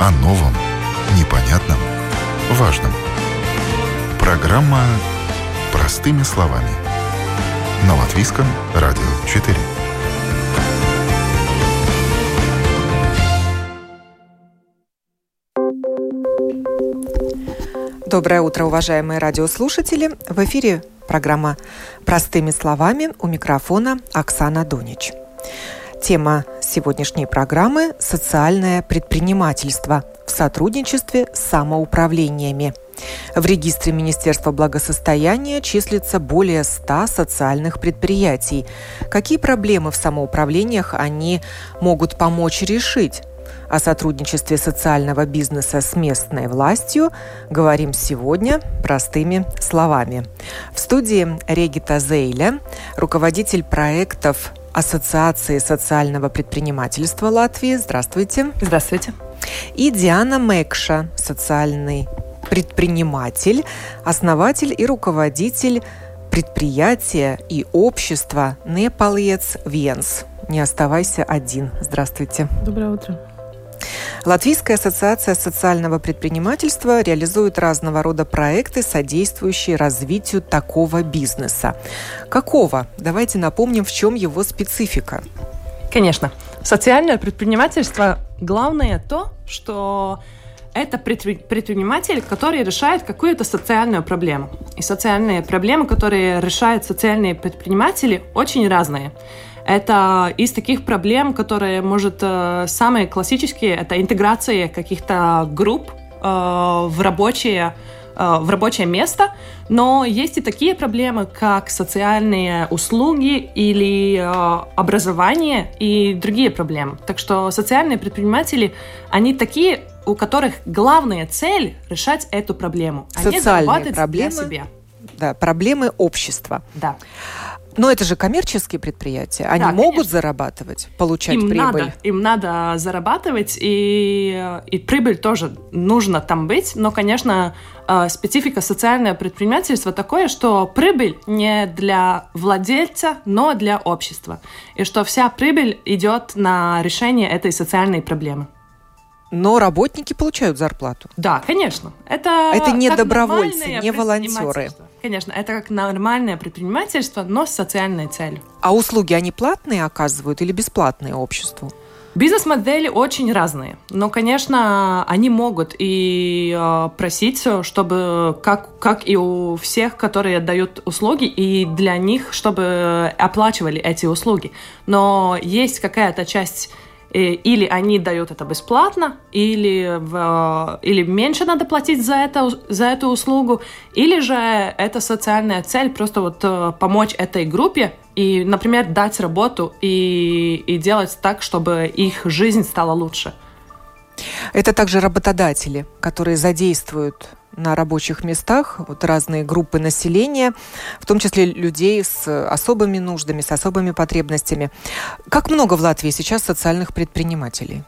О новом, непонятном, важном. Программа «Простыми словами» на Латвийском радио 4. Доброе утро, уважаемые радиослушатели. В эфире программа «Простыми словами», у микрофона Оксана Донич. Тема сегодняшней программы – социальное предпринимательство в сотрудничестве с самоуправлениями. В регистре Министерства благосостояния числится более 100 социальных предприятий. Какие проблемы в самоуправлениях они могут помочь решить? О сотрудничестве социального бизнеса с местной властью говорим сегодня простыми словами. В студии Регита Зейля, руководитель проектов Ассоциации социального предпринимательства Латвии. Здравствуйте. Здравствуйте. И Диана Мекша, социальный предприниматель, основатель и руководитель предприятия и общества «Непалиец Венс». Не оставайся один. Здравствуйте. Доброе утро. Латвийская ассоциация социального предпринимательства реализует разного рода проекты, содействующие развитию такого бизнеса. Какого? Давайте напомним, в чем его специфика. Конечно. Социальное предпринимательство – главное то, что это предприниматель, который решает какую-то социальную проблему. И социальные проблемы, которые решают социальные предприниматели, очень разные. Это из таких проблем, которые, может, самые классические, это интеграция каких-то групп в рабочее место, но есть и такие проблемы, как социальные услуги или образование и другие проблемы. Так что социальные предприниматели, они такие, у которых главная цель – решать эту проблему. Социальные проблемы, для себя. Да, проблемы общества. Да. Но это же коммерческие предприятия. Они могут зарабатывать, получать прибыль? Им надо зарабатывать, и прибыль тоже нужно там быть. Но, конечно, специфика социального предпринимательства такое, что прибыль не для владельца, но для общества. И что вся прибыль идет на решение этой социальной проблемы. Но работники получают зарплату. Да, конечно. Это не добровольцы, не волонтеры. Конечно, это как нормальное предпринимательство, но с социальной целью. А услуги они платные оказывают или бесплатные обществу? Бизнес-модели очень разные, но, конечно, они могут и просить, чтобы, как и у всех, которые дают услуги, и для них, чтобы оплачивали эти услуги. Но есть какая-то часть, или они дают это бесплатно, или меньше надо платить за эту услугу, или же это социальная цель, просто помочь этой группе и, например, дать работу и делать так, чтобы их жизнь стала лучше. Это также работодатели, которые задействуют на рабочих местах разные группы населения, в том числе людей с особыми нуждами, с особыми потребностями. Как много в Латвии сейчас социальных предпринимателей?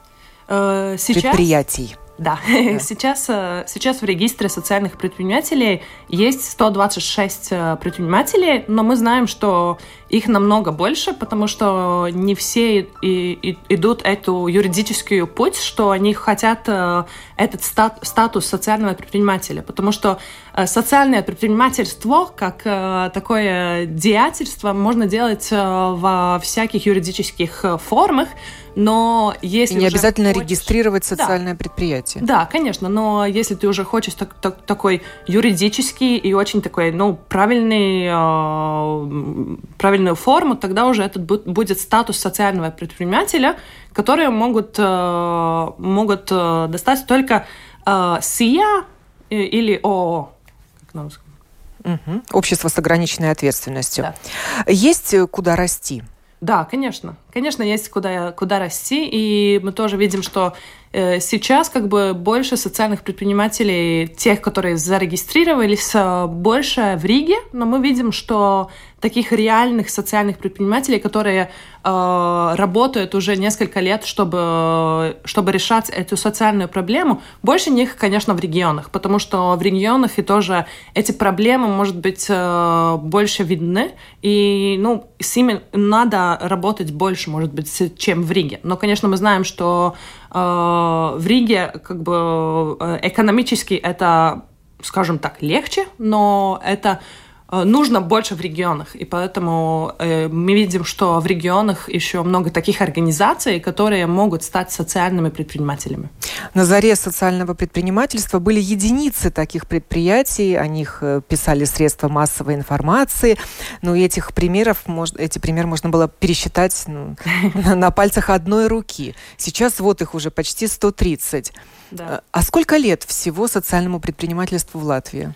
Предприятий? Да. Сейчас в регистре социальных предпринимателей есть 126 предпринимателей, но мы знаем, что их намного больше, потому что не все идут эту юридическую путь, что они хотят этот статус социального предпринимателя, потому что социальное предпринимательство, как такое деятельство, можно делать во всяких юридических формах, но если... И не обязательно регистрировать социальное предприятие. Да, конечно, но если ты уже хочешь такой юридический и очень такой, правильную форму, тогда уже это будет статус социального предпринимателя, которые могут достать только СИА или ООО, как на русском. Общество с ограниченной ответственностью. Да. Есть куда расти? Да, конечно. Конечно, есть куда расти, и мы тоже видим, что сейчас больше социальных предпринимателей, тех, которые зарегистрировались, больше в Риге, но мы видим, что таких реальных социальных предпринимателей, которые работают уже несколько лет, чтобы решать эту социальную проблему, больше них, конечно, в регионах, потому что в регионах и тоже эти проблемы, может быть, больше видны, и с ними надо работать больше больше, может быть, чем в Риге. Но, конечно, мы знаем, что в Риге как бы экономически это, скажем так, легче, но это нужно больше в регионах, и поэтому мы видим, что в регионах еще много таких организаций, которые могут стать социальными предпринимателями. На заре социального предпринимательства были единицы таких предприятий, о них писали средства массовой информации, но эти примеры можно было пересчитать на пальцах одной руки. Сейчас вот их уже почти 130. Да. А сколько лет всего социальному предпринимательству в Латвии?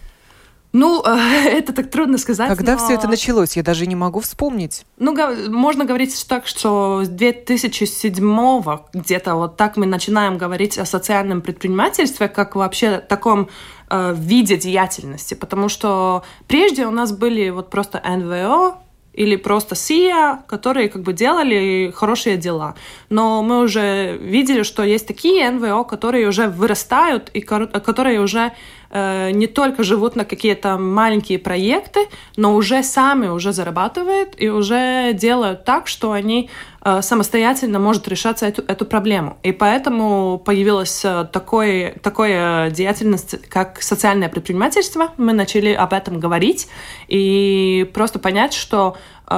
Это так трудно сказать. Когда все это началось? Я даже не могу вспомнить. Можно говорить так, что с 2007 где-то вот так мы начинаем говорить о социальном предпринимательстве, как вообще таком виде деятельности. Потому что прежде у нас были вот просто НВО, или просто СИА, которые как бы делали хорошие дела. Но мы уже видели, что есть такие НВО, которые уже вырастают и которые уже не только живут на какие-то маленькие проекты, но уже сами уже зарабатывают и уже делают так, что они самостоятельно могут решать эту проблему. И поэтому появилась такая деятельность, как социальное предпринимательство. Мы начали об этом говорить и просто понять, что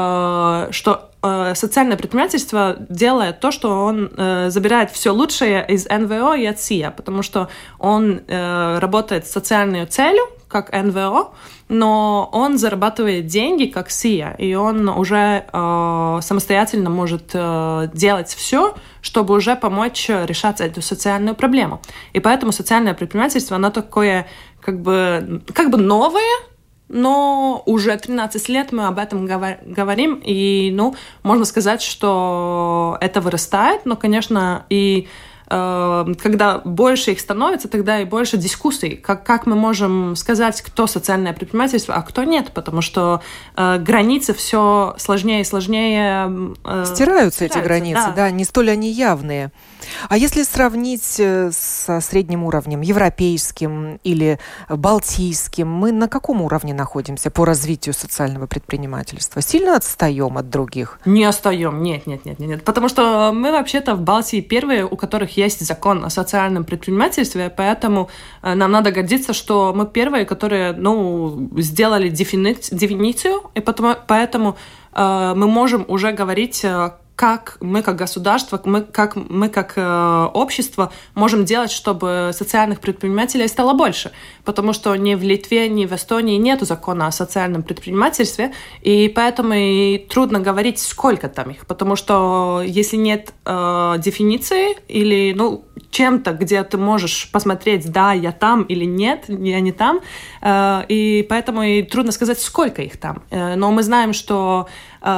социальное предпринимательство делает то, что он забирает все лучшее из НВО и от СИА, потому что он работает с социальной целью, как НВО, но он зарабатывает деньги, как СИА, и он уже самостоятельно может делать все, чтобы уже помочь решать эту социальную проблему. И поэтому социальное предпринимательство, оно такое как бы новое, но уже 13 лет мы об этом говорим, и, можно сказать, что это вырастает, но, конечно, и когда больше их становится, тогда и больше дискуссий, как мы можем сказать, кто социальное предпринимательство, а кто нет, потому что границы все сложнее и сложнее стираются эти границы, да, не столь они явные. А если сравнить со средним уровнем, европейским или балтийским, мы на каком уровне находимся по развитию социального предпринимательства? Сильно отстаем от других? Не отстаем, нет. Потому что мы вообще-то в Балтии первые, у которых есть закон о социальном предпринимательстве, поэтому нам надо гордиться, что мы первые, которые сделали дефиницию, и поэтому мы можем уже говорить, как мы как государство, мы как общество можем делать, чтобы социальных предпринимателей стало больше. Потому что ни в Литве, ни в Эстонии нет закона о социальном предпринимательстве, и поэтому и трудно говорить, сколько там их. Потому что если нет дефиниции или чем-то, где ты можешь посмотреть, да, я там или нет, я не там, и поэтому и трудно сказать, сколько их там. Но мы знаем, что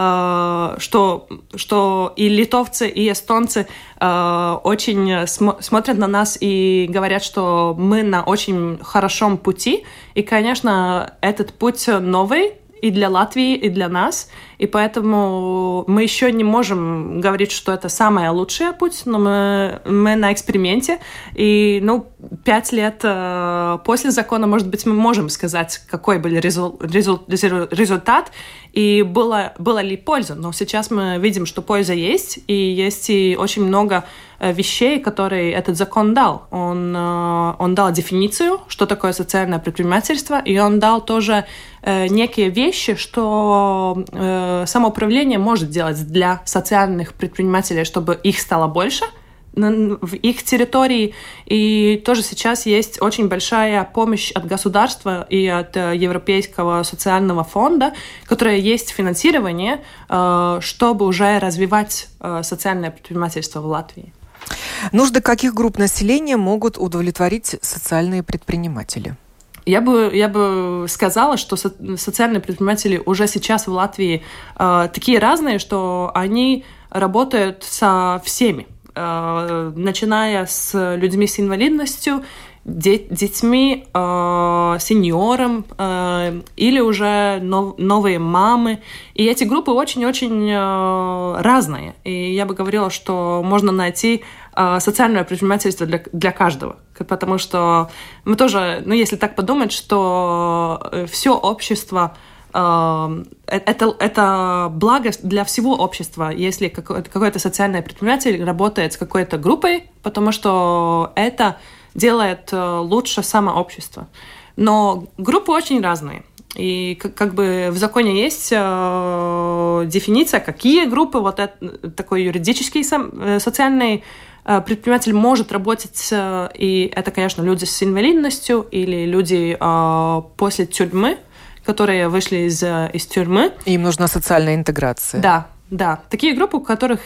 и литовцы, и эстонцы очень смотрят на нас и говорят, что мы на очень хорошем пути. И, конечно, этот путь новый и для Латвии, и для нас. И поэтому мы еще не можем говорить, что это самый лучший путь, но мы на эксперименте. И 5 лет после закона, может быть, мы можем сказать, какой был результат и была ли польза. Но сейчас мы видим, что польза есть, и есть и очень много вещей, которые этот закон дал. Он дал дефиницию, что такое социальное предпринимательство, и он дал тоже некие вещи, что самоуправление может делать для социальных предпринимателей, чтобы их стало больше в их территории. И тоже сейчас есть очень большая помощь от государства и от Европейского социального фонда, которое есть финансирование, чтобы уже развивать социальное предпринимательство в Латвии. Нужды каких групп населения могут удовлетворить социальные предприниматели? Я бы сказала, что социальные предприниматели уже сейчас в Латвии такие разные, что они работают со всеми, начиная с людьми с инвалидностью, детьми, сеньорам или уже новые мамы. И эти группы очень-очень разные. И я бы говорила, что можно найти социальное предпринимательство для каждого. Потому что мы тоже, если так подумать, что все общество это благо для всего общества, если какой-то социальный предприниматель работает с какой-то группой, потому что это делает лучше само общество. Но группы очень разные. И как бы в законе есть дефиниция, какие группы вот такой юридический социальный предприниматель может работать. И это, конечно, люди с инвалидностью или люди после тюрьмы, которые вышли из тюрьмы. Им нужна социальная интеграция. Да. Такие группы, у которых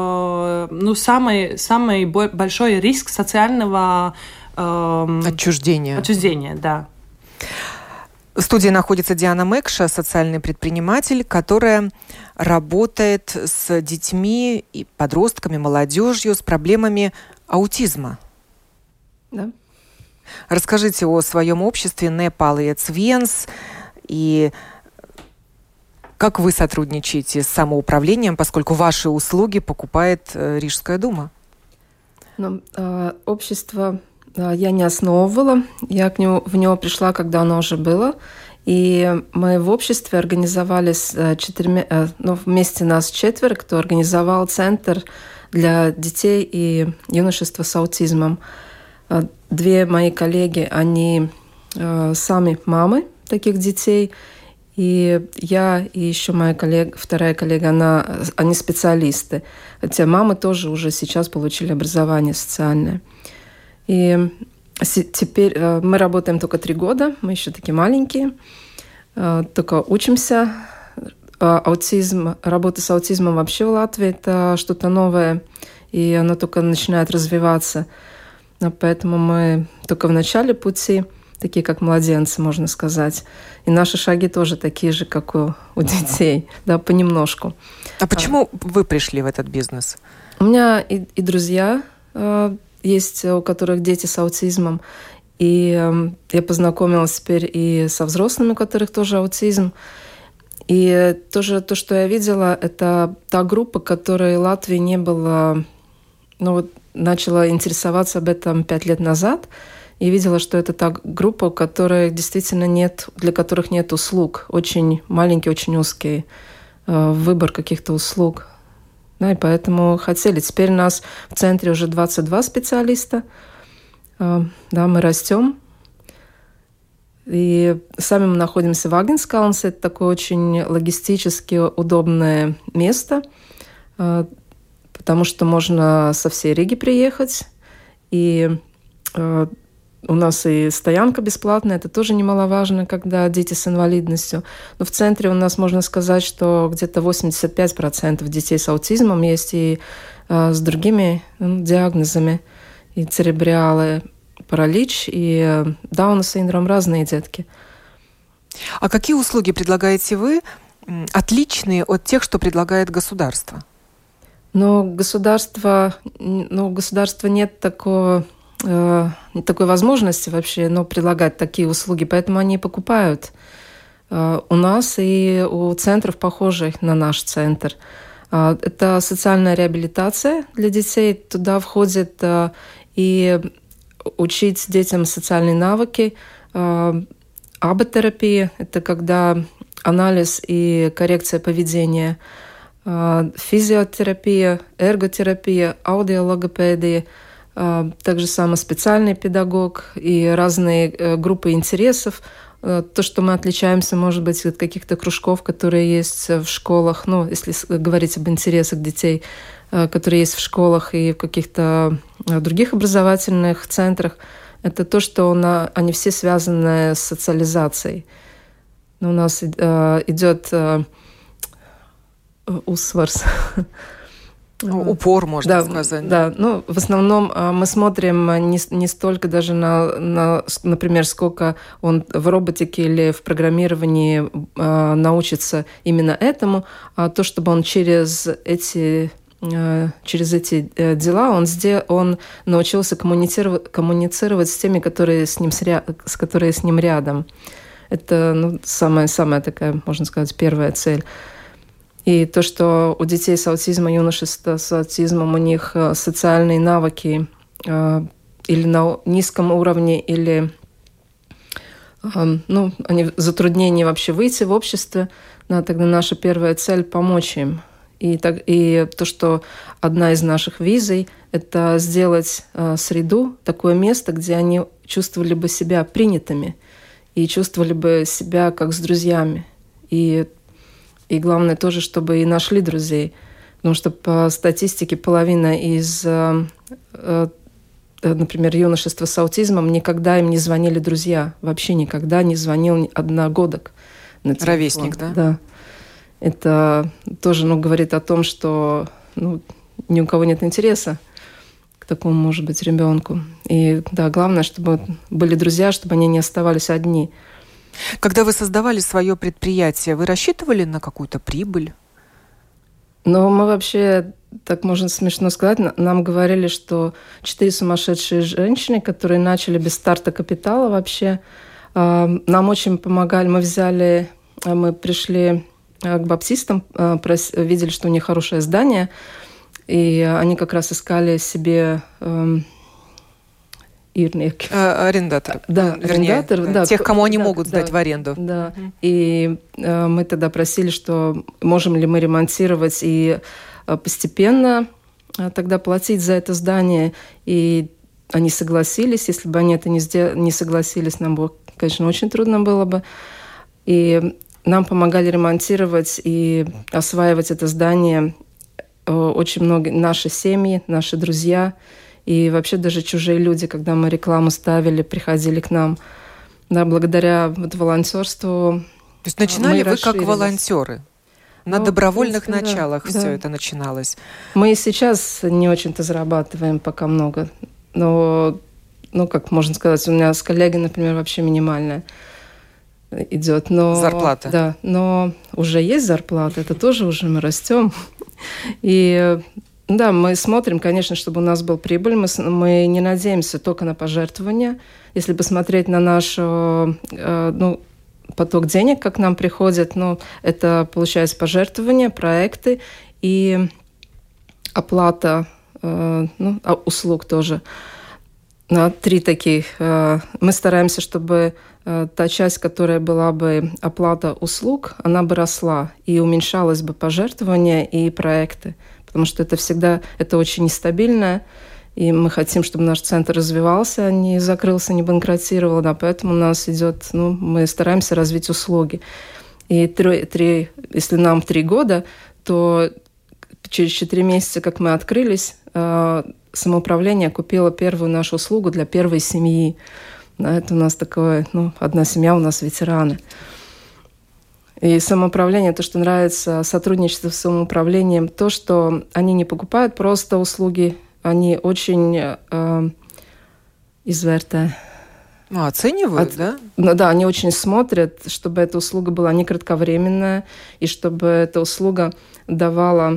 самый большой риск социального отчуждения, да. В студии находится Диана Мэкша, социальный предприниматель, которая работает с детьми и подростками, молодежью с проблемами аутизма. Да. Расскажите о своем обществе Непалиец Венс и как вы сотрудничаете с самоуправлением, поскольку ваши услуги покупает Рижская дума? Общество я не основывала, я в него пришла, когда оно уже было, и мы в обществе организовались вместе нас 4, кто организовал центр для детей и юношества с аутизмом. 2 мои коллеги, они сами мамы таких детей, и я и еще моя вторая коллега, они специалисты, хотя мамы тоже уже сейчас получили образование социальное. И теперь мы работаем только 3 года, мы еще такие маленькие, только учимся. Работа с аутизмом вообще в Латвии – это что-то новое, и оно только начинает развиваться. Поэтому мы только в начале пути, такие как младенцы, можно сказать. И наши шаги тоже такие же, как у детей, да, понемножку. А почему вы пришли в этот бизнес? У меня и друзья есть, у которых дети с аутизмом. И я познакомилась теперь и со взрослыми, у которых тоже аутизм. И тоже то, что я видела, это та группа, которой Латвии не было... начала интересоваться об этом 5 лет назад. И видела, что это та группа, у которой действительно для которых нет услуг. Очень маленький, очень узкий выбор каких-то услуг. Да, и поэтому хотели. Теперь у нас в центре уже 22 специалиста. Да, мы растем. И сами мы находимся в Агнскалнсе. Это такое очень логистически удобное место, потому что можно со всей Риги приехать. И у нас и стоянка бесплатная, это тоже немаловажно, когда дети с инвалидностью. Но в центре у нас можно сказать, что где-то 85% детей с аутизмом есть и с другими диагнозами. И церебральный паралич, и Дауна-синдром, разные детки. А какие услуги предлагаете вы, отличные от тех, что предлагает государство? Но государства нет такой возможности вообще предлагать такие услуги, поэтому они покупают у нас и у центров, похожих на наш центр. Это социальная реабилитация для детей. Туда входит и учить детям социальные навыки. Аботерапия – это когда анализ и коррекция поведения. Физиотерапия, эрготерапия, аудиологопедия, также самый специальный педагог и разные группы интересов. То, что мы отличаемся, может быть, от каких-то кружков, которые есть в школах, если говорить об интересах детей, которые есть в школах и в каких-то других образовательных центрах, это то, что они все связаны с социализацией. У нас идет усварс. Упор, можно сказать. Да, в основном мы смотрим не столько даже на, например, сколько он в роботике или в программировании научится именно этому, а то, чтобы он через эти дела он научился коммуницировать с теми, которые с ним рядом. Это самая такая, можно сказать, первая цель. И то, что у детей с аутизмом, юношества с аутизмом, у них социальные навыки или на низком уровне, или они затруднения вообще выйти в обществе. Тогда наша первая цель – помочь им. И то, что одна из наших визий – это сделать среду, такое место, где они чувствовали бы себя принятыми и чувствовали бы себя как с друзьями. И главное тоже, чтобы и нашли друзей. Потому что по статистике половина из, например, юношества с аутизмом, никогда им не звонили друзья. Вообще никогда не звонил одногодок на телефон. Ровесник, да? Да. Это тоже говорит о том, что ни у кого нет интереса к такому, может быть, ребенку. И да, главное, чтобы были друзья, чтобы они не оставались одни. Когда вы создавали свое предприятие, вы рассчитывали на какую-то прибыль? Но мы вообще, так можно смешно сказать, нам говорили, что 4 сумасшедшие женщины, которые начали без старта капитала вообще, нам очень помогали. Мы пришли к баптистам, видели, что у них хорошее здание, и они как раз искали себе арендаторов. Да, арендаторов. Да, тех, кому они могут сдать в аренду. Да. И мы тогда просили, что можем ли мы ремонтировать и постепенно тогда платить за это здание. И они согласились. Если бы они это не согласились, нам бы, конечно, очень трудно было бы. И нам помогали ремонтировать и осваивать это здание очень много наши семьи, наши друзья. И вообще даже чужие люди, когда мы рекламу ставили, приходили к нам. Да, благодаря волонтерству. То есть начинали вы как волонтеры? На добровольных началах все это начиналось? Мы и сейчас не очень-то зарабатываем пока много. Но, как можно сказать, у меня с коллегой, например, вообще минимальная идет. Зарплата? Да, но уже есть зарплата, это тоже уже мы растем. И да, мы смотрим, конечно, чтобы у нас был прибыль. Мы не надеемся только на пожертвования. Если посмотреть на наш поток денег, как нам приходит, это, получается, пожертвования, проекты и оплата услуг тоже. 3 таких. Мы стараемся, чтобы та часть, которая была бы оплата услуг, она бы росла и уменьшалось бы пожертвования и проекты. Потому что это очень нестабильно, и мы хотим, чтобы наш центр развивался, не закрылся, не банкротировал, да, поэтому у нас идет, мы стараемся развить услуги. И если нам 3 года, то через 4 месяца, как мы открылись, самоуправление купило первую нашу услугу для первой семьи. Да, это у нас такое, одна семья у нас ветераны. И самоуправление, то, что нравится, сотрудничество с самоуправлением, то, что они не покупают просто услуги, они очень оценивают, да? Да, они очень смотрят, чтобы эта услуга была не кратковременная, и чтобы эта услуга давала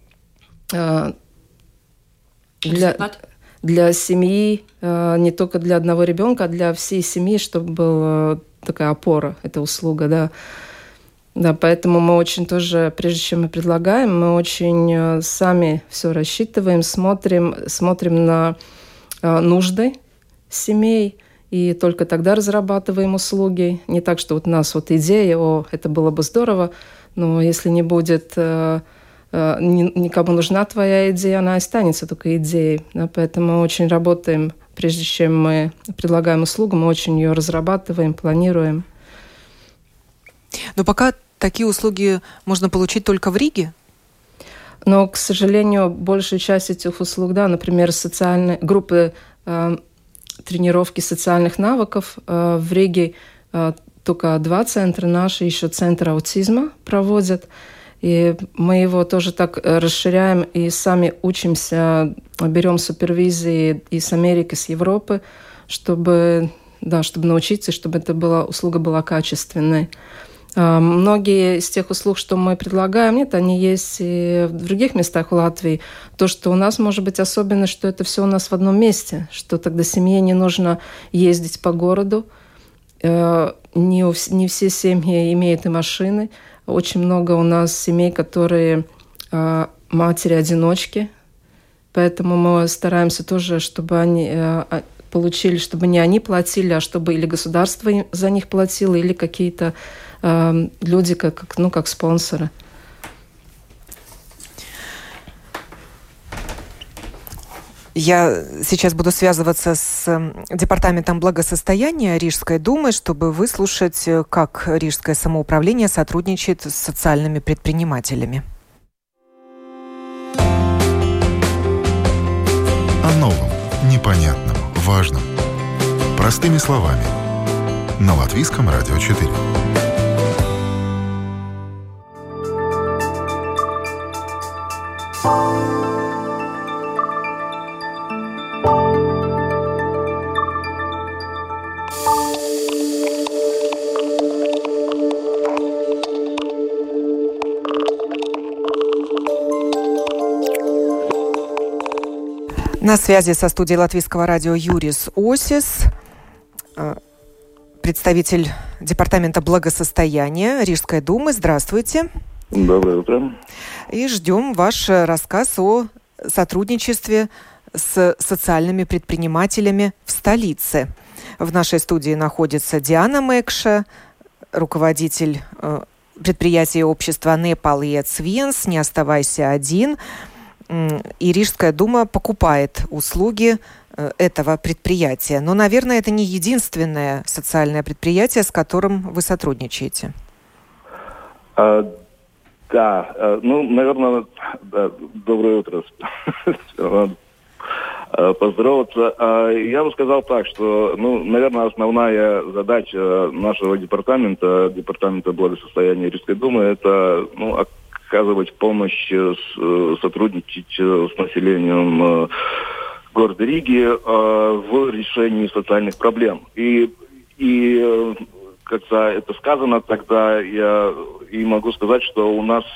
для семьи, не только для одного ребенка, а для всей семьи, чтобы была такая опора, эта услуга, да. Да, поэтому мы очень тоже, прежде чем мы предлагаем, мы очень сами все рассчитываем, смотрим на нужды семей, и только тогда разрабатываем услуги. Не так, что у нас идея, это было бы здорово, но если не будет никому нужна твоя идея, она останется только идеей. Да, поэтому мы очень работаем, прежде чем мы предлагаем услугу, мы очень ее разрабатываем, планируем. Но пока такие услуги можно получить только в Риге? Но, к сожалению, большая часть этих услуг, да, например, социальные группы тренировки социальных навыков в Риге только 2 центра наши, еще центр аутизма проводят. И мы его тоже так расширяем и сами учимся, берем супервизии из Америки, с Европы, чтобы научиться, чтобы услуга была качественной. Многие из тех услуг, что мы предлагаем, они есть и в других местах в Латвии. То, что у нас может быть особенно, что это все у нас в одном месте, что тогда семье не нужно ездить по городу. Не все семьи имеют и машины. Очень много у нас семей, которые матери-одиночки. Поэтому мы стараемся тоже, чтобы получили, чтобы не они платили, а чтобы или государство за них платило, или какие-то люди как спонсоры. Я сейчас буду связываться с Департаментом благосостояния Рижской думы, чтобы выслушать, как Рижское самоуправление сотрудничает с социальными предпринимателями. О новом, непонятном, важном. Простыми словами. На Латвийском радио 4. На связи со студией Латвийского радио Юрис Осис, представитель Департамента благосостояния Рижской думы. Здравствуйте. Доброе утро. И ждем ваш рассказ о сотрудничестве с социальными предпринимателями в столице. В нашей студии находится Диана Мэкша, руководитель предприятия общества «Непал и Эцвенс», «Не оставайся один». И Рижская дума покупает услуги этого предприятия. Но, наверное, это не единственное социальное предприятие, с которым вы сотрудничаете. Наверное, доброе утро. Поздороваться. Я бы сказал так, что, наверное, основная задача нашего департамента благосостояния Рижской думы, это, оказывать помощь, сотрудничать с населением города Риги в решении социальных проблем. И когда это сказано, тогда я и могу сказать, что у нас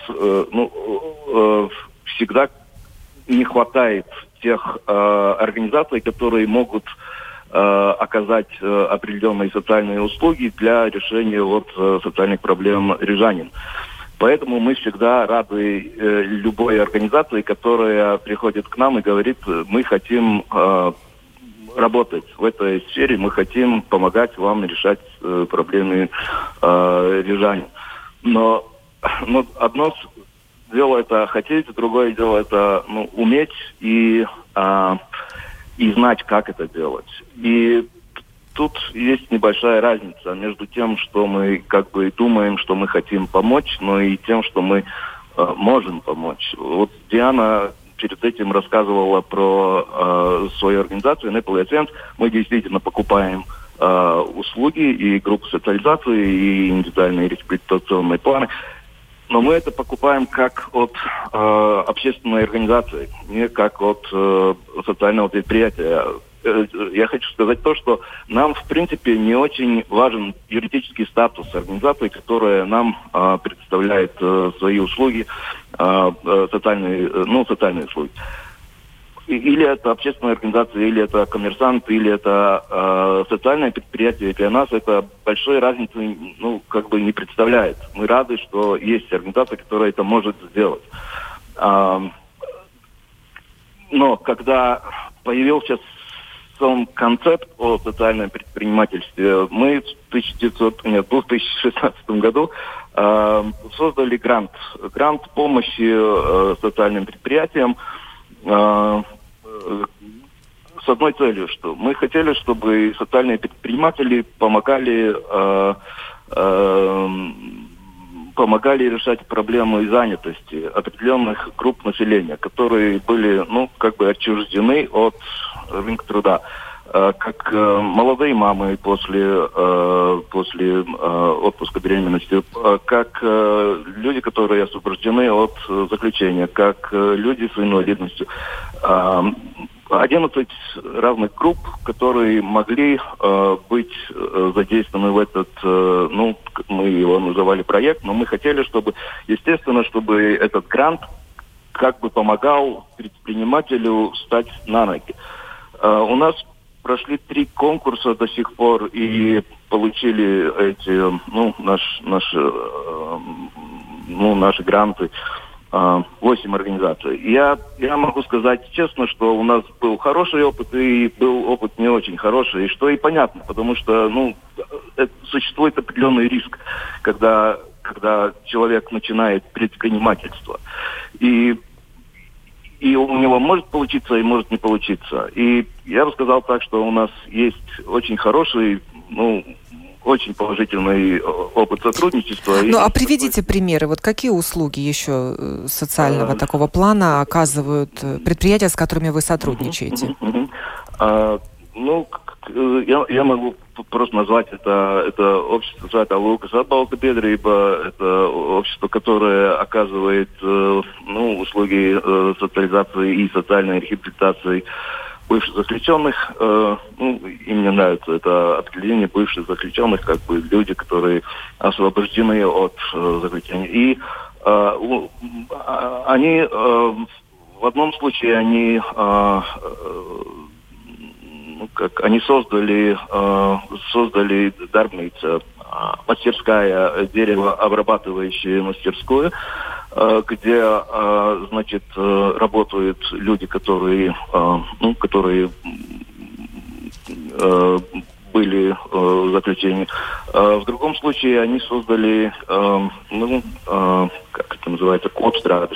всегда не хватает тех организаций, которые могут оказать определенные социальные услуги для решения социальных проблем рижанин. Поэтому мы всегда рады любой организации, которая приходит к нам и говорит, мы хотим работать в этой сфере, мы хотим помогать вам решать проблемы рижанин. Но одно дело это хотеть, другое дело это уметь и знать, как это делать. И тут есть небольшая разница между тем, что мы думаем, что мы хотим помочь, но и тем, что мы можем помочь. Диана перед этим рассказывала про свою организацию Непал и Эцвенс. Мы действительно покупаем услуги и группу социализации, и индивидуальные реабилитационные планы. Но мы это покупаем как от общественной организации, не как от социального предприятия. Я хочу сказать то, что нам, в принципе, не очень важен юридический статус организации, которая нам предоставляет свои услуги, социальные услуги. Или это общественная организация, или это коммерсант, или это социальное предприятие. Для нас это большой разницы не представляет. Мы рады, что есть организация, которая это может сделать. Но когда появился сам концепт о социальном предпринимательстве, мы в 2016 году создали грант помощи социальным предприятиям с одной целью, что мы хотели, чтобы социальные предприниматели помогали решать проблемы занятости определенных групп населения, которые были, отчуждены от рынка труда. Как молодые мамы после отпуска беременности, как люди, которые освобождены от заключения, как люди с инвалидностью. 11 разных групп, которые могли быть задействованы в этот, мы его называли проект, но мы хотели, чтобы этот грант помогал предпринимателю встать на ноги. У нас прошли 3 конкурса до сих пор и получили эти, наши гранты. 8 организаций. Я могу сказать честно, что у нас был хороший опыт и был опыт не очень хороший, и что и понятно, потому что существует определенный риск, когда человек начинает предпринимательство. И у него может получиться и может не получиться. И я бы сказал так, что у нас есть очень хороший, очень положительный опыт сотрудничества. А приведите примеры. Вот какие услуги еще социального такого плана оказывают предприятия, с которыми вы сотрудничаете? Я могу просто назвать это общество Святая Лукас Atbalsta Biedrība. Это общество, которое оказывает услуги социализации и социальной реабилитации бывших заключенных. Им не нравится это определение бывших заключенных, как бы люди, которые освобождены от заключения. И они в одном случае они создали Дарбница, мастерская, деревообрабатывающая мастерскую, где, работают люди, которые были в заключении. В другом случае они создали, как это называется, копстрады,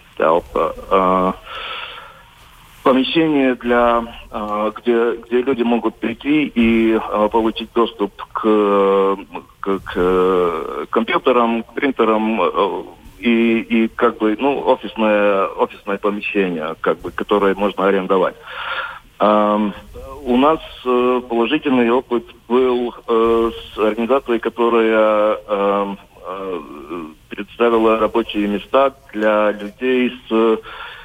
помещение, где люди могут прийти и получить доступ к компьютерам, к принтерам и офисное помещение, которое можно арендовать. У нас положительный опыт был с организацией, которая представила рабочие места для людей с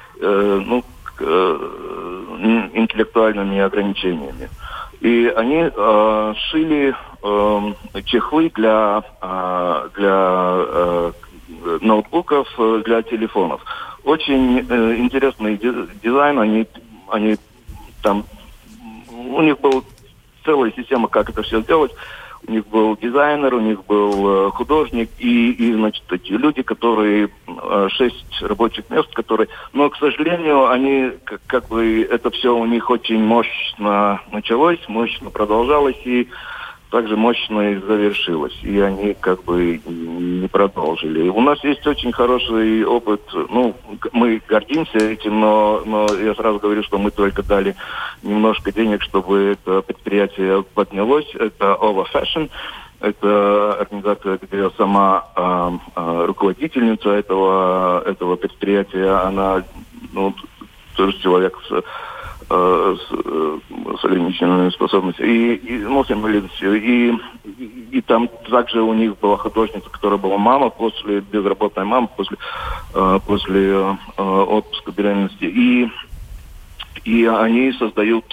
интеллектуальными ограничениями. И они шили чехлы для ноутбуков, для телефонов. Очень интересный дизайн. Они там, у них была целая система, как это все сделать. У них был дизайнер, у них был художник и эти люди, которые 6 рабочих мест, но, к сожалению, они это все у них очень мощно началось, мощно продолжалось и также мощно и завершилось. И они не продолжили. У нас есть очень хороший опыт. Мы гордимся этим, но я сразу говорю, что мы только дали немножко денег, чтобы это предприятие поднялось. Это Ova Fashion. Это организация, где я сама руководительница этого предприятия. Она тоже человек с ограниченными способностями с инвалидностью. И там также у них была художница, которая была мама, безработная мама после отпуска беременности. И они создают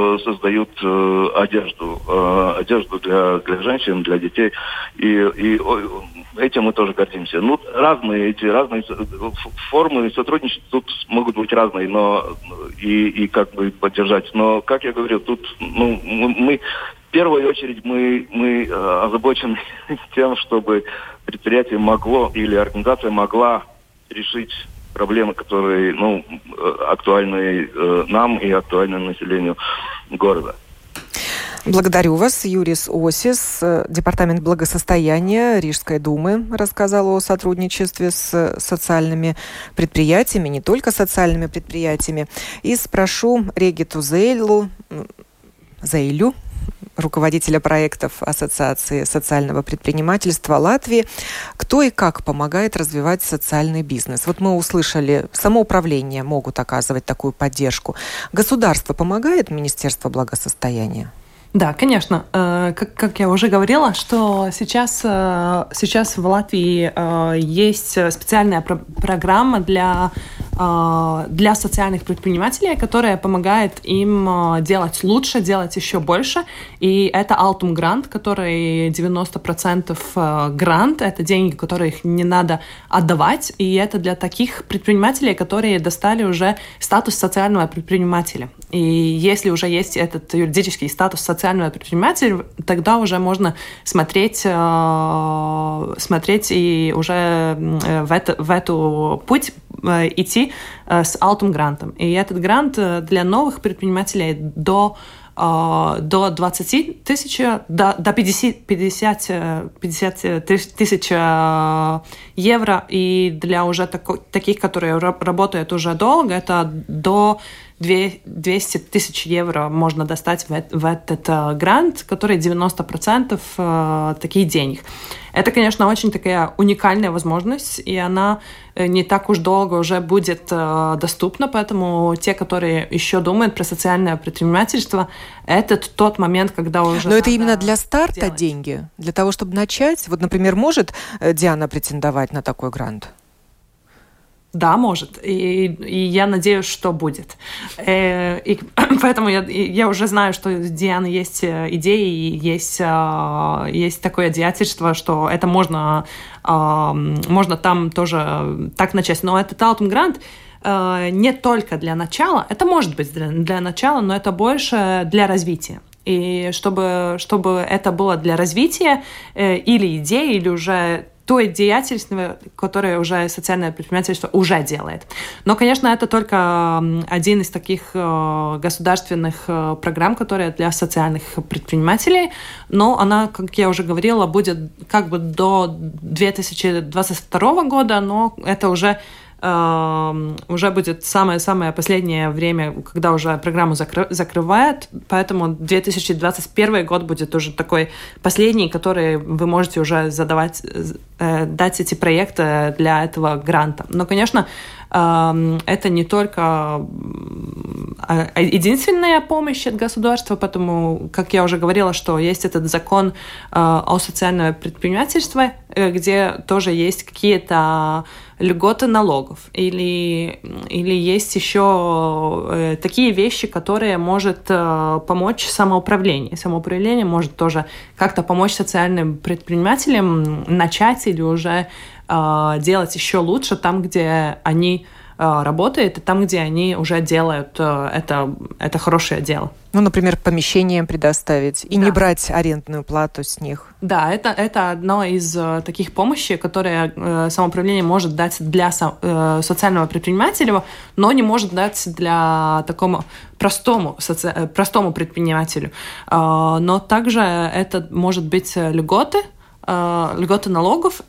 одежду для женщин, для детей. И этим мы тоже гордимся. Разные формы сотрудничества тут могут быть разные, но и поддержать. Но, как я говорю, тут мы в первую очередь мы озабочены тем, чтобы предприятие могло или организация могла решить проблемы, которые актуальны нам и актуальны населению города. Благодарю вас. Юрис Осис, Департамент благосостояния Рижской думы, рассказал о сотрудничестве с социальными предприятиями, не только социальными предприятиями. И спрошу Региту Зейлю, руководителя проектов Ассоциации социального предпринимательства Латвии, кто и как помогает развивать социальный бизнес. Вот мы услышали, самоуправление могут оказывать такую поддержку. Государство помогает, Министерство благосостояния? Да, конечно. Как я уже говорила, что сейчас в Латвии есть специальная программа для для социальных предпринимателей, которая помогает им делать лучше, делать еще больше. И это Altum грант, который 90% грант, это деньги, которые их не надо отдавать, и это для таких предпринимателей, которые достали уже статус социального предпринимателя. И если уже есть этот юридический статус социального предпринимателя, тогда уже можно смотреть и уже в эту путь идти с Altum грантом. И этот грант для новых предпринимателей до 20 тысяч, до 50 тысяч евро, и для уже таких, которые работают уже долго, это до 200 тысяч евро можно достать в этот грант, который 90% таких денег. Это, конечно, очень такая уникальная возможность, и она не так уж долго уже будет доступна, поэтому те, которые еще думают про социальное предпринимательство, это тот момент, когда уже... Но это именно для старта делать деньги? Для того, чтобы начать? Вот, например, может Диана претендовать на такой грант? Да, может. И я надеюсь, что будет. И поэтому я уже знаю, что у Дианы есть идеи, и есть такое деятельство, что это можно там тоже так начать. Но этот Altum грант не только для начала. Это может быть для начала, но это больше для развития. И чтобы это было для развития или идеи, или уже той деятельности, которое уже социальное предпринимательство уже делает. Но, конечно, это только один из таких государственных программ, которые для социальных предпринимателей, но она, как я уже говорила, будет как бы до 2022 года, но это уже будет самое последнее время, когда уже программу закрывают, поэтому 2021 год будет уже такой последний, который вы можете уже дать эти проекты для этого гранта. Но, конечно, это не только единственная помощь от государства, потому, как я уже говорила, что есть этот закон о социальном предпринимательстве, где тоже есть какие-то льготы налогов, или есть еще такие вещи, которые может помочь самоуправлению. Самоуправление может тоже как-то помочь социальным предпринимателям начать или уже делать еще лучше там, где они работают, и там, где они уже делают это хорошее дело. Ну, например, помещением предоставить и не брать арендную плату с них. Да, это одно из таких помощей, которые самоуправление может дать для социального предпринимателя, но не может дать для такому простому предпринимателю. Но также это может быть льготы налогов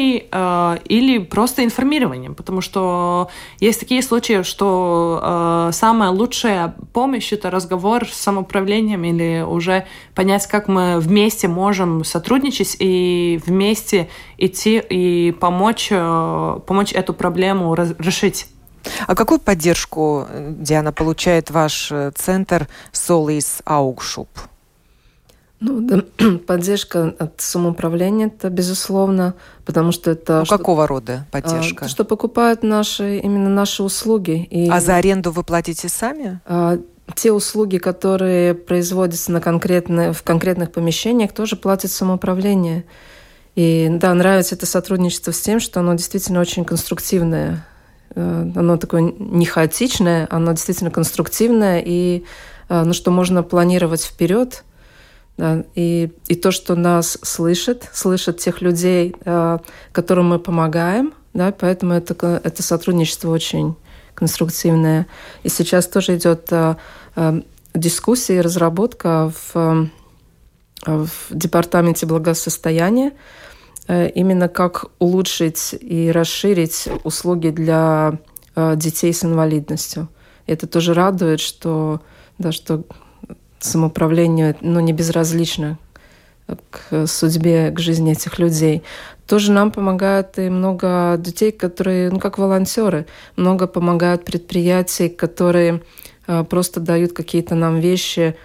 или просто информированием, потому что есть такие случаи, что самая лучшая помощь — это разговор с самоуправлением или уже понять, как мы вместе можем сотрудничать и вместе идти и помочь эту проблему решить. А какую поддержку, Диана, получает ваш центр Solis Augšup? Ну, да, поддержка от самоуправления, это безусловно, потому что это... Какого рода поддержка? Что покупают именно наши услуги. А за аренду вы платите сами? Те услуги, которые производятся в конкретных помещениях, тоже платит самоуправление. И да, нравится это сотрудничество с тем, что оно действительно очень конструктивное. Оно такое не хаотичное, оно действительно конструктивное, и что можно планировать вперед. Да, и то, что нас слышат тех людей, которым мы помогаем, да, поэтому это сотрудничество очень конструктивное. И сейчас тоже идет дискуссия и разработка в департаменте благосостояния, именно как улучшить и расширить услуги для детей с инвалидностью. И это тоже радует, что самоуправлению не безразлично к судьбе, к жизни этих людей. Тоже нам помогают и много детей, которые, как волонтеры, много помогают предприятий, которые просто дают какие-то нам вещи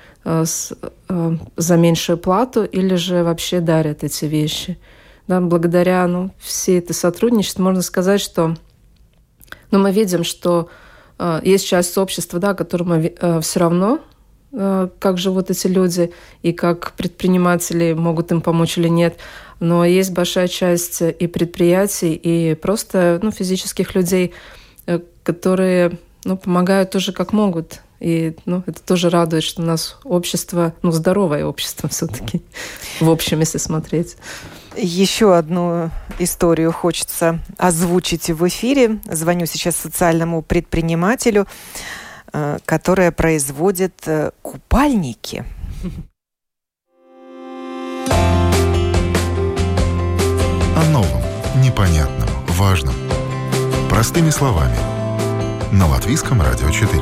за меньшую плату или же вообще дарят эти вещи. Да, благодаря всей этой сотрудничеству можно сказать, что Но мы видим, что есть часть общества, да, которому все равно, как живут эти люди и как предприниматели могут им помочь или нет. Но есть большая часть и предприятий, и просто физических людей, которые помогают тоже как могут. И это тоже радует, что у нас общество, здоровое общество все-таки, в общем, если смотреть. Еще одну историю хочется озвучить в эфире. Звоню сейчас социальному предпринимателю, которая производит купальники. О новом, непонятном, важном. Простыми словами. На Латвийском радио 4.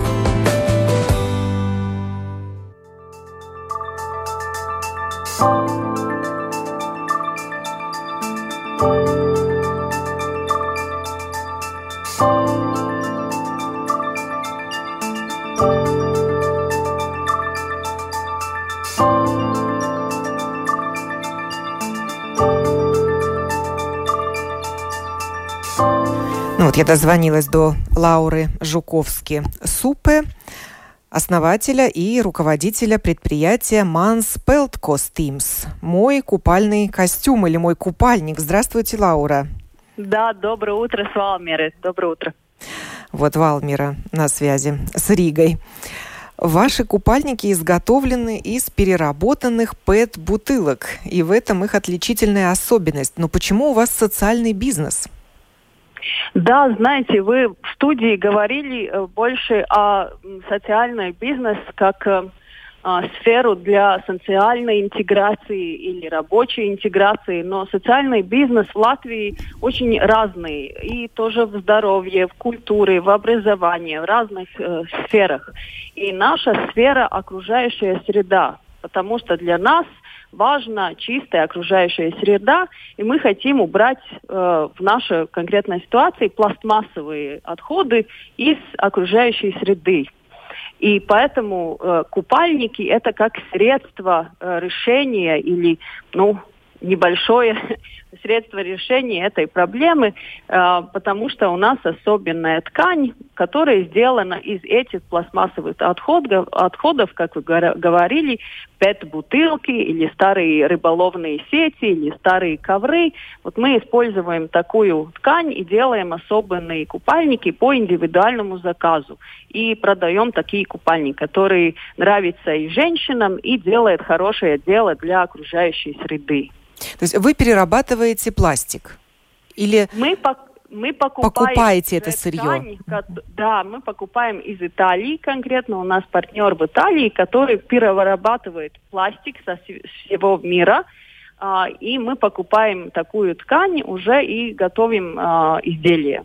Я дозвонилась до Лауры Жуковски-Супе, основателя и руководителя предприятия Манспелт Костюмс. Мой купальный костюм или мой купальник. Здравствуйте, Лаура. Да, доброе утро с Валмиры. Доброе утро. Вот Валмира на связи с Ригой. Ваши купальники изготовлены из переработанных ПЭТ-бутылок, и в этом их отличительная особенность. Но почему у вас социальный бизнес? Да, знаете, вы в студии говорили больше о социальном бизнесе как сферу для социальной интеграции или рабочей интеграции, но социальный бизнес в Латвии очень разный, и тоже в здоровье, в культуре, в образовании, в разных сферах. И наша сфера — окружающая среда, потому что для нас важна чистая окружающая среда, и мы хотим убрать в нашей конкретной ситуации пластмассовые отходы из окружающей среды. И поэтому купальники — это как средство решения или, небольшое средство решения этой проблемы, потому что у нас особенная ткань, которая сделана из этих пластмассовых отходов, как вы говорили, ПЭТ-бутылки или старые рыболовные сети или старые ковры. Вот мы используем такую ткань и делаем особенные купальники по индивидуальному заказу. И продаем такие купальники, которые нравятся и женщинам, и делают хорошее дело для окружающей среды. То есть вы перерабатываете пластик? Или мы покупаете это сырье? Ткань, да, мы покупаем из Италии конкретно. У нас партнер в Италии, который перерабатывает пластик со всего мира. И мы покупаем такую ткань уже и готовим изделия.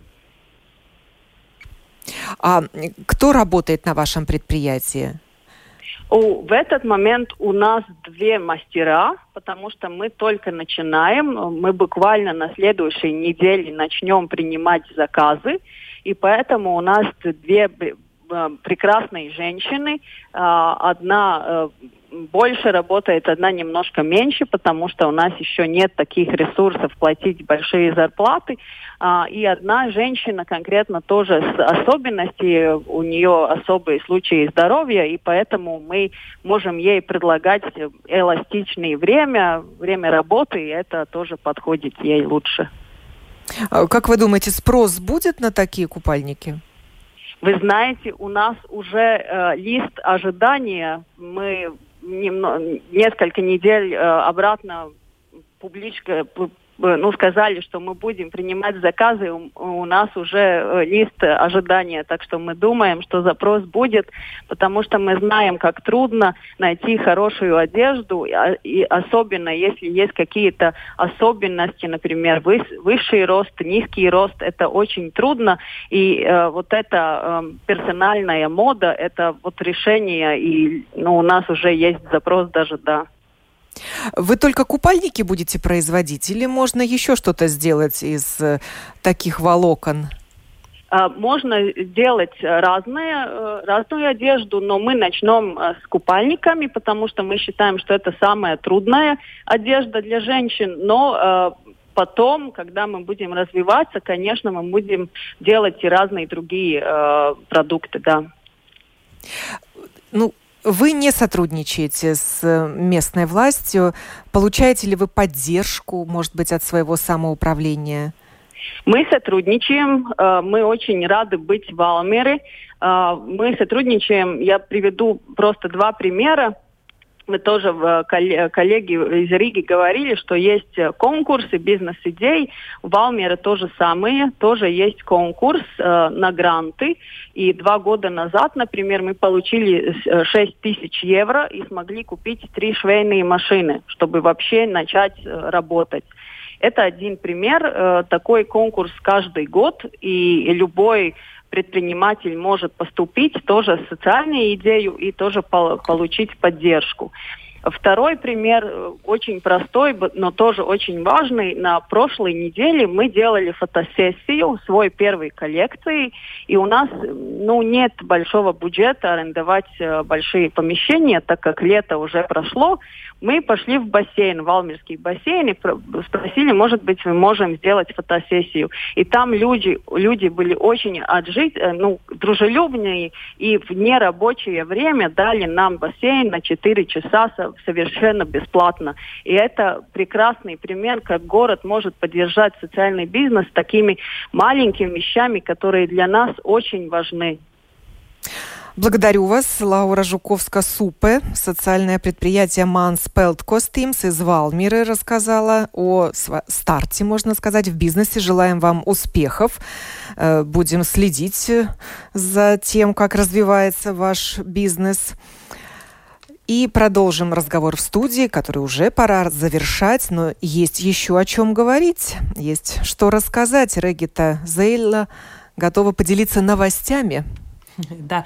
А кто работает на вашем предприятии? В этот момент у нас 2 мастера, потому что мы только начинаем. Мы буквально на следующей неделе начнем принимать заказы. И поэтому у нас 2 прекрасные женщины. Одна больше работает, одна немножко меньше, потому что у нас еще нет таких ресурсов платить большие зарплаты. И одна женщина конкретно тоже с особенностями, у нее особые случаи здоровья, и поэтому мы можем ей предлагать эластичное время работы, и это тоже подходит ей лучше. Как вы думаете, спрос будет на такие купальники? Вы знаете, у нас уже лист ожидания. Мы несколько недель обратно публично сказали, что мы будем принимать заказы. У нас уже лист ожидания, так что мы думаем, что запрос будет, потому что мы знаем, как трудно найти хорошую одежду, и особенно если есть какие-то особенности, например, высший рост, низкий рост, это очень трудно. И вот эта персональная мода, это вот решение, и у нас уже есть запрос даже, да. Вы только купальники будете производить или можно еще что-то сделать из таких волокон? Можно сделать разную одежду, но мы начнем с купальниками, потому что мы считаем, что это самая трудная одежда для женщин. Но потом, когда мы будем развиваться, конечно, мы будем делать и разные другие продукты, да. Ну, вы не сотрудничаете с местной властью. Получаете ли вы поддержку, может быть, от своего самоуправления? Мы сотрудничаем. Мы очень рады быть в Валмере. Мы сотрудничаем. Я приведу просто 2 примера. Мы тоже, коллеги из Риги говорили, что есть конкурсы бизнес-идей. В Валмере то же самое. Тоже есть конкурс на гранты. И 2 года назад, например, мы получили 6 тысяч евро и смогли купить 3 швейные машины, чтобы вообще начать работать. Это один пример. Такой конкурс каждый год. И любой предприниматель может поступить тоже с социальной идеей и тоже получить поддержку. Второй пример очень простой, но тоже очень важный. На прошлой неделе мы делали фотосессию свой первой коллекции, и у нас нет большого бюджета арендовать большие помещения, так как лето уже прошло. Мы пошли в бассейн, в Валмерский бассейн, и спросили, может быть, мы можем сделать фотосессию. И там люди были очень дружелюбные, и в нерабочее время дали нам бассейн на 4 часа совершенно бесплатно. И это прекрасный пример, как город может поддержать социальный бизнес такими маленькими вещами, которые для нас очень важны. Благодарю вас. Лаура Жуковска-Супе, социальное предприятие Манспелт Костимс из Валмиры, рассказала о старте, можно сказать, в бизнесе. Желаем вам успехов. Будем следить за тем, как развивается ваш бизнес. И продолжим разговор в студии, который уже пора завершать, но есть еще о чем говорить, есть что рассказать. Регита Зейля готова поделиться новостями. Да,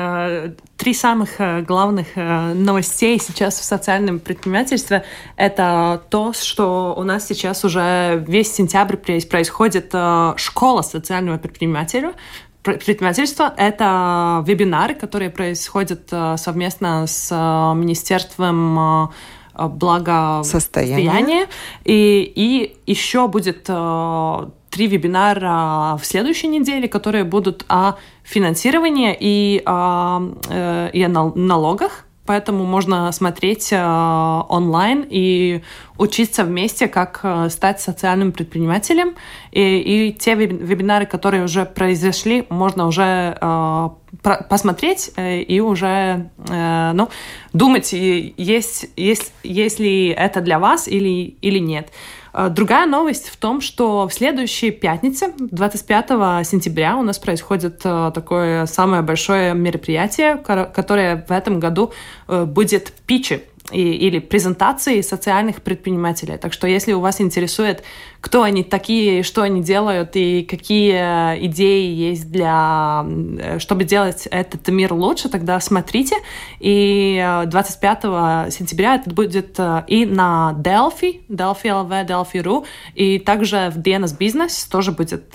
3 самых главных новостей сейчас в социальном предпринимательстве – это то, что у нас сейчас уже весь сентябрь происходит школа социального предпринимательства. Это вебинары, которые происходят совместно с Министерством благосостояния. И еще будет 3 вебинара в следующей неделе, которые будут о финансировании и о налогах. Поэтому можно смотреть онлайн и учиться вместе, как стать социальным предпринимателем. И те вебинары, которые уже произошли, можно уже посмотреть и уже думать, есть ли это для вас или нет. Другая новость в том, что в следующей пятнице, 25 сентября, у нас происходит такое самое большое мероприятие, которое в этом году будет питчи или презентации социальных предпринимателей. Так что если у вас интересует, кто они такие, что они делают и какие идеи есть чтобы делать этот мир лучше, тогда смотрите. И 25 сентября это будет и на Delphi LV, Delphi.ru, и также в DNS Business тоже будет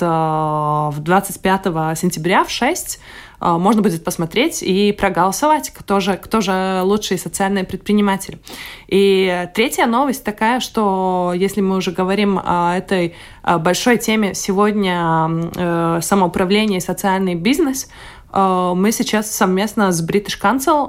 25 сентября в 6. Можно будет посмотреть и проголосовать, кто же лучший социальный предприниматель. И третья новость такая, что если мы уже говорим о этой большой теме сегодня самоуправление и социальный бизнес, мы сейчас совместно с British Council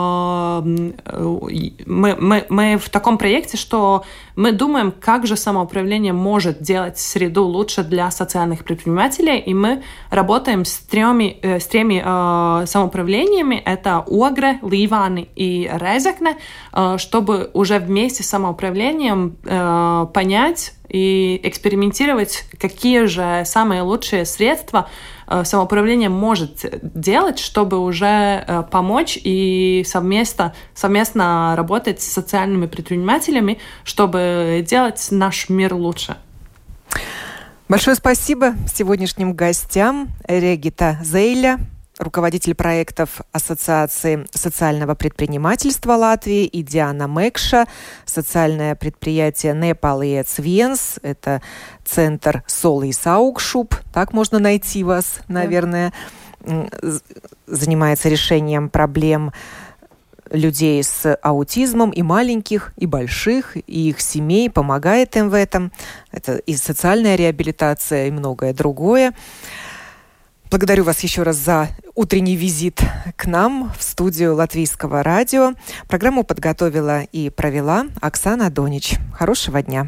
мы в таком проекте, что мы думаем, как же самоуправление может делать среду лучше для социальных предпринимателей, и мы работаем с тремя самоуправлениями, это Огре, Ливани и Резекне, чтобы уже вместе с самоуправлением понять и экспериментировать, какие же самые лучшие средства самоуправление может делать, чтобы уже помочь и совместно работать с социальными предпринимателями, чтобы делать наш мир лучше. Большое спасибо сегодняшним гостям. Регита Зейля, руководитель проектов Ассоциации социального предпринимательства Латвии, и Диана Мекша, социальное предприятие Непалиец Венс. Это центр Солис Аукшуп. Так можно найти вас, наверное. Занимается решением проблем людей с аутизмом, и маленьких, и больших, и их семей, помогает им в этом. Это и социальная реабилитация, и многое другое. Благодарю вас еще раз за утренний визит к нам в студию Латвийского радио. Программу подготовила и провела Оксана Донич. Хорошего дня.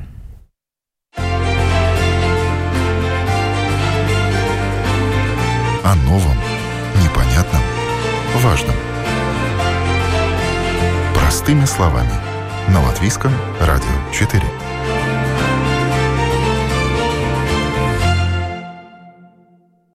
О новом, непонятном, важном. Простыми словами. На Латвийском радио 4.